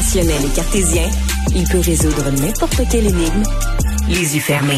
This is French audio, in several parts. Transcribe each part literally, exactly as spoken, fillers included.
Rationnel et cartésien, il peut résoudre n'importe quelle énigme, les yeux fermés.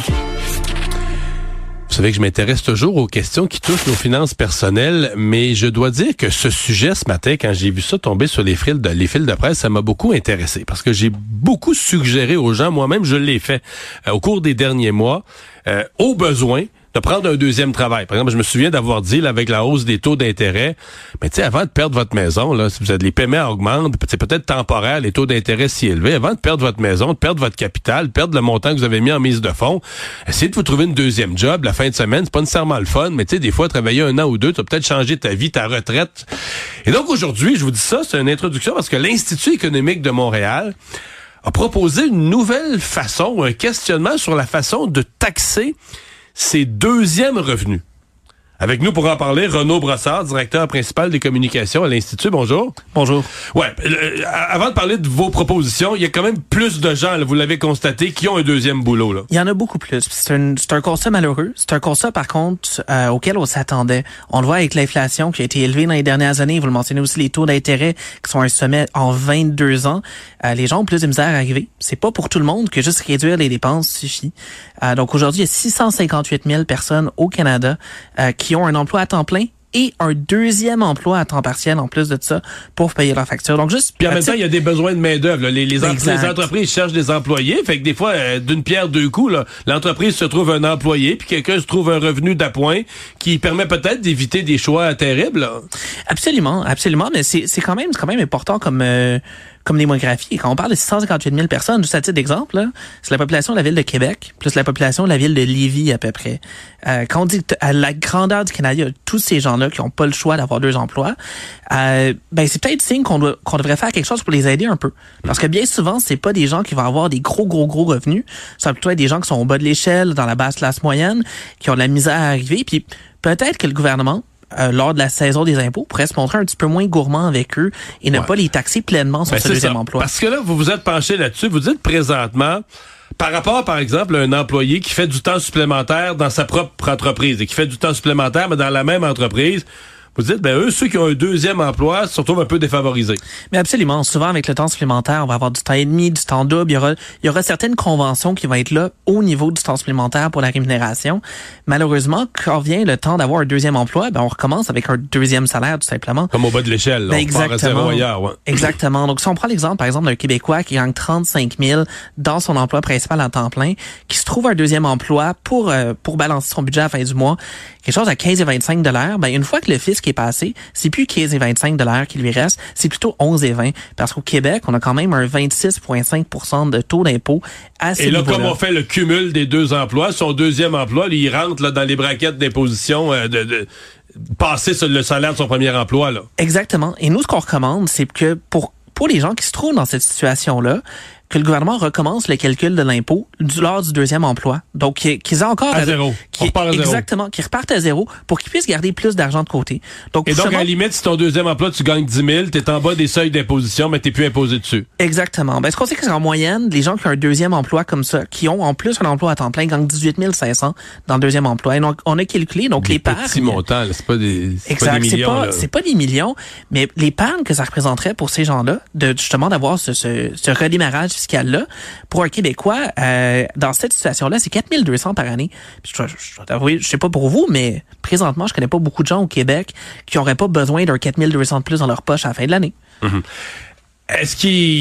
Vous savez que je m'intéresse toujours aux questions qui touchent nos finances personnelles, mais je dois dire que ce sujet ce matin, quand j'ai vu ça tomber sur les fils de, les fils de presse, ça m'a beaucoup intéressé parce que j'ai beaucoup suggéré aux gens, moi-même je l'ai fait euh, au cours des derniers mois, euh, au besoin de prendre un deuxième travail. Par exemple, je me souviens d'avoir dit, là, avec la hausse des taux d'intérêt, mais tu sais, avant de perdre votre maison, là, si vous avez les paiements augmentent, c'est peut-être temporaire, les taux d'intérêt si élevés, avant de perdre votre maison, de perdre votre capital, de perdre le montant que vous avez mis en mise de fonds, essayez de vous trouver une deuxième job la fin de semaine, c'est pas nécessairement le fun, mais tu sais, des fois, travailler un an ou deux, tu vas peut-être changer ta vie, ta retraite. Et donc, aujourd'hui, je vous dis ça, c'est une introduction parce que l'Institut économique de Montréal a proposé une nouvelle façon, un questionnement sur la façon de taxer ses deuxièmes revenus. Avec nous pour en parler, Renaud Brossard, directeur principal des communications à l'Institut. Bonjour. Bonjour. Ouais. Euh, avant de parler de vos propositions, il y a quand même plus de gens, là, vous l'avez constaté, qui ont un deuxième boulot, là. Il y en a beaucoup plus. C'est un, c'est un constat malheureux. C'est un constat, par contre, euh, auquel on s'attendait. On le voit avec l'inflation qui a été élevée dans les dernières années. Vous le mentionnez aussi, les taux d'intérêt qui sont à un sommet en vingt-deux ans. Euh, les gens ont plus de misère à arriver. C'est pas pour tout le monde que juste réduire les dépenses suffit. Euh, donc aujourd'hui, il y a six cent cinquante-huit mille personnes au Canada euh, qui qui ont un emploi à temps plein et un deuxième emploi à temps partiel en plus de ça pour payer leurs factures. Donc juste puis en même temps, il y a des besoins de main-d'œuvre. Les, les, entre, les entreprises cherchent des employés, fait que des fois, euh, d'une pierre deux coups, là, l'entreprise se trouve un employé, puis quelqu'un se trouve un revenu d'appoint qui permet peut-être d'éviter des choix terribles. Là. Absolument, absolument, mais c'est, c'est quand même, c'est quand même important comme euh, comme démographie. Quand on parle de six cent cinquante-huit mille personnes, juste à titre d'exemple, là, c'est la population de la ville de Québec plus la population de la ville de Lévis à peu près. Euh, quand on dit à la grandeur du Canada, il y a tous ces gens-là qui n'ont pas le choix d'avoir deux emplois, euh, ben c'est peut-être signe qu'on doit, qu'on devrait faire quelque chose pour les aider un peu. Parce que bien souvent, c'est pas des gens qui vont avoir des gros, gros, gros revenus. Ça va plutôt être des gens qui sont au bas de l'échelle, dans la basse classe moyenne, qui ont de la misère à arriver. Puis peut-être que le gouvernement, Euh, lors de la saison des impôts, pourrait se montrer un petit peu moins gourmand avec eux et ne ouais. pas les taxer pleinement sur ben ce deuxième ça. emploi. Parce que là, vous vous êtes penché là-dessus, vous dites présentement, par rapport, par exemple, à un employé qui fait du temps supplémentaire dans sa propre entreprise et qui fait du temps supplémentaire, mais dans la même entreprise, vous dites, ben eux, ceux qui ont un deuxième emploi se retrouvent un peu défavorisés. Mais absolument. Souvent, avec le temps supplémentaire, on va avoir du temps et demi, du temps double. Il y aura, il y aura certaines conventions qui vont être là au niveau du temps supplémentaire pour la rémunération. Malheureusement, quand vient le temps d'avoir un deuxième emploi, ben on recommence avec un deuxième salaire, tout simplement. Comme au bas de l'échelle. Ben on exactement. part à zéro ailleurs, ouais. Exactement. Donc, si on prend l'exemple, par exemple, d'un Québécois qui gagne trente-cinq mille dans son emploi principal à temps plein, qui se trouve un deuxième emploi pour euh, pour balancer son budget à la fin du mois, quelque chose à quinze et vingt-cinq dollars, ben une fois que le fisc est passé, c'est plus quinze et vingt-cinq dollars qui lui reste, c'est plutôt onze et vingt. Parce qu'au Québec, on a quand même un vingt-six virgule cinq pour cent de taux d'impôt à ces Et là, niveaux-là. comme on fait le cumul des deux emplois, son deuxième emploi, lui, il rentre là, dans les braquettes d'imposition euh, de, de passer sur le salaire de son premier emploi. Là. Exactement. Et nous, ce qu'on recommande, c'est que pour pour les gens qui se trouvent dans cette situation-là, que le gouvernement recommence le calcul de l'impôt du, lors du deuxième emploi. Donc, qu'ils aient encore... À zéro. Qui, On repart à zéro. Exactement. Qu'ils repartent à zéro pour qu'ils puissent garder plus d'argent de côté. Donc, Et donc, justement, à la limite, si ton deuxième emploi, tu gagnes dix mille, t'es en bas des seuils d'imposition, mais t'es plus imposé dessus. Exactement. Ben, ce qu'on sait que c'est en moyenne, les gens qui ont un deuxième emploi comme ça, qui ont en plus un emploi à temps plein, gagnent dix-huit mille cinq cents dans le deuxième emploi. Et donc, on a calculé, donc des l'épargne... petits montants, là, c'est pas des, c'est exact, pas des millions. C'est pas, c'est pas des millions, mais l'épargne que ça représenterait pour ces gens-là, de justement d'avoir ce, ce, ce redémarrage fiscal-là, pour un Québécois, euh, dans cette situation-là, c'est quatre mille deux cents par année. Puis je, je, je dois t'avouer, je sais pas pour vous, mais présentement, je connais pas beaucoup de gens au Québec qui auraient pas besoin d'un quatre mille deux cents de plus dans leur poche à la fin de l'année. Mm-hmm. Est-ce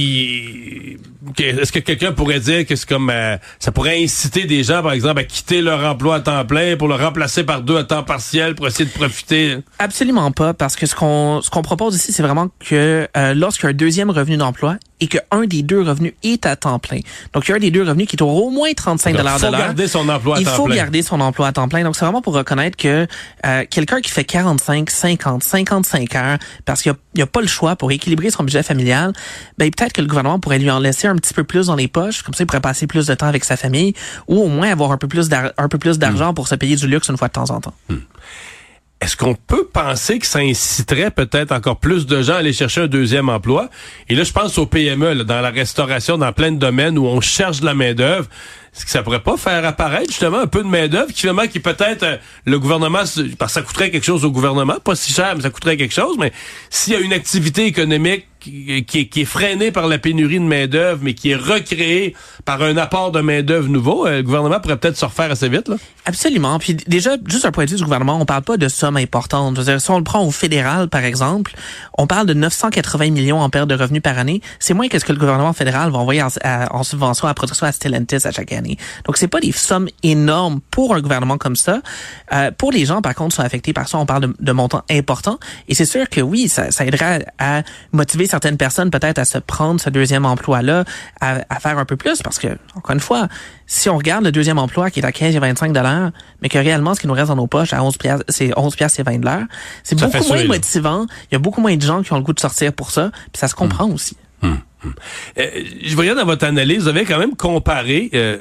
qu'il, est-ce que quelqu'un pourrait dire que c'est comme, euh, ça pourrait inciter des gens, par exemple, à quitter leur emploi à temps plein pour le remplacer par deux à temps partiel pour essayer de profiter? Absolument pas, parce que ce qu'on, ce qu'on propose ici, c'est vraiment que euh, lorsqu'il y a un deuxième revenu d'emploi et qu'un des deux revenus est à temps plein. Donc, il y a un des deux revenus qui est au moins trente-cinq dollars de l'heure. Il faut garder son emploi à il temps faut plein. garder son emploi à temps plein. Donc, c'est vraiment pour reconnaître que euh, quelqu'un qui fait quarante-cinq, cinquante, cinquante-cinq heures, parce qu'il n'y a, a pas le choix pour équilibrer son budget familial, ben peut-être que le gouvernement pourrait lui en laisser un petit peu plus dans les poches, comme ça il pourrait passer plus de temps avec sa famille, ou au moins avoir un peu plus d'ar- un peu plus d'argent mmh. pour se payer du luxe une fois de temps en temps. Mmh. Est-ce qu'on peut penser que ça inciterait peut-être encore plus de gens à aller chercher un deuxième emploi? Et là, je pense aux P M E, là, dans la restauration, dans plein de domaines où on cherche de la main-d'œuvre. est-ce que ça pourrait pas faire apparaître justement un peu de main-d'œuvre qui finalement qui peut-être euh, le gouvernement, parce que ça coûterait quelque chose au gouvernement, pas si cher, mais ça coûterait quelque chose, mais s'il y a une activité économique qui, qui, qui est freinée par la pénurie de main-d'œuvre, mais qui est recréée par un apport de main-d'œuvre nouveau, euh, le gouvernement pourrait peut-être se refaire assez vite, là. Absolument. Puis déjà, juste un point de vue du gouvernement, on parle pas de sommes importantes. Je veux dire, si on le prend au fédéral, par exemple, on parle de neuf cent quatre-vingts millions en perte de revenus par année. C'est moins que ce que le gouvernement fédéral va envoyer en, à, en subvention à production à Stellantis à chaque année. Donc, c'est pas des sommes énormes pour un gouvernement comme ça. Euh, pour les gens, par contre, sont affectés par ça. On parle de, de montants importants. Et c'est sûr que oui, ça, ça aiderait à, à motiver certaines personnes peut-être à se prendre ce deuxième emploi-là, à, à faire un peu plus. Parce que, encore une fois, si on regarde le deuxième emploi qui est à quinze et vingt-cinq dollars, mais que réellement, ce qui nous reste dans nos poches à onze piastres, c'est onze piastres et vingt de l'heure, c'est Ça beaucoup moins suer, motivant. Il y a beaucoup moins de gens qui ont le goût de sortir pour ça. Puis ça se comprend mmh. aussi. Mmh. Mmh. Euh, je voyais dans votre analyse, vous avez quand même comparé euh,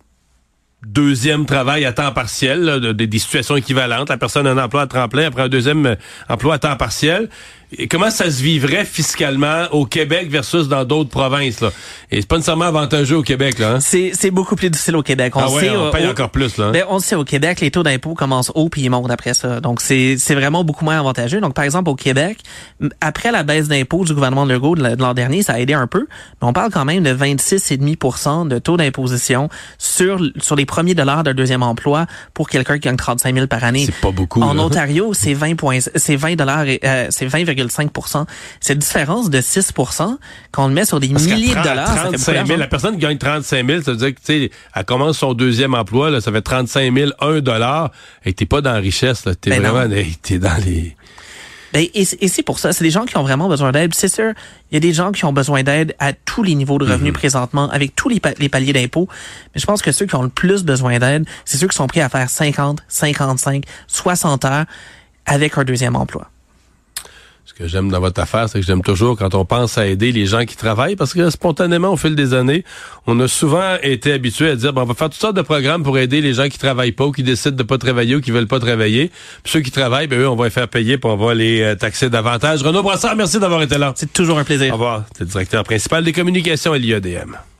deuxième travail à temps partiel, là, de, de, des situations équivalentes. La personne a un emploi à temps plein, après un deuxième euh, emploi à temps partiel. Et comment ça se vivrait fiscalement au Québec versus dans d'autres provinces, là? Et c'est pas nécessairement avantageux au Québec, là, hein? C'est, c'est beaucoup plus difficile au Québec. On ah ouais, sait, on paye au, encore plus, là. Hein? Ben, on le sait, au Québec, les taux d'impôt commencent haut puis ils montent après ça. Donc, c'est, c'est vraiment beaucoup moins avantageux. Donc, par exemple, au Québec, après la baisse d'impôt du gouvernement Legault de l'an dernier, ça a aidé un peu. Mais on parle quand même de vingt-six virgule cinq pour cent de taux d'imposition sur, sur les premiers dollars d'un deuxième emploi pour quelqu'un qui gagne trente-cinq mille par année. C'est pas beaucoup. En là. Ontario, c'est vingt points, c'est vingt dollars, euh, c'est vingt virgule cinq pour cent. Cette différence de six pour cent, quand on le met sur des Parce milliers trente, de dollars, ça fait beaucoup d'argent. La personne qui gagne trente-cinq mille, ça veut dire que, tu sais, elle commence son deuxième emploi, là, ça fait trente-cinq mille, un dollar, et t'es pas dans la richesse, là. T'es ben vraiment, hey, t'es dans les... Ben, et, et c'est pour ça, c'est des gens qui ont vraiment besoin d'aide. C'est sûr, il y a des gens qui ont besoin d'aide à tous les niveaux de revenus mm-hmm. présentement, avec tous les, pa- les paliers d'impôts. Mais je pense que ceux qui ont le plus besoin d'aide, c'est ceux qui sont prêts à faire cinquante, cinquante-cinq, soixante heures avec un deuxième emploi. Ce que j'aime dans votre affaire, c'est que j'aime toujours quand on pense à aider les gens qui travaillent, parce que spontanément, au fil des années, on a souvent été habitué à dire, bon, on va faire toutes sortes de programmes pour aider les gens qui travaillent pas ou qui décident de pas travailler ou qui veulent pas travailler. Puis ceux qui travaillent, ben eux, on va les faire payer puis on va les euh, taxer davantage. Renaud Brassard, merci d'avoir été là. C'est toujours un plaisir. Au revoir. C'est le directeur principal des communications à l'I A D M.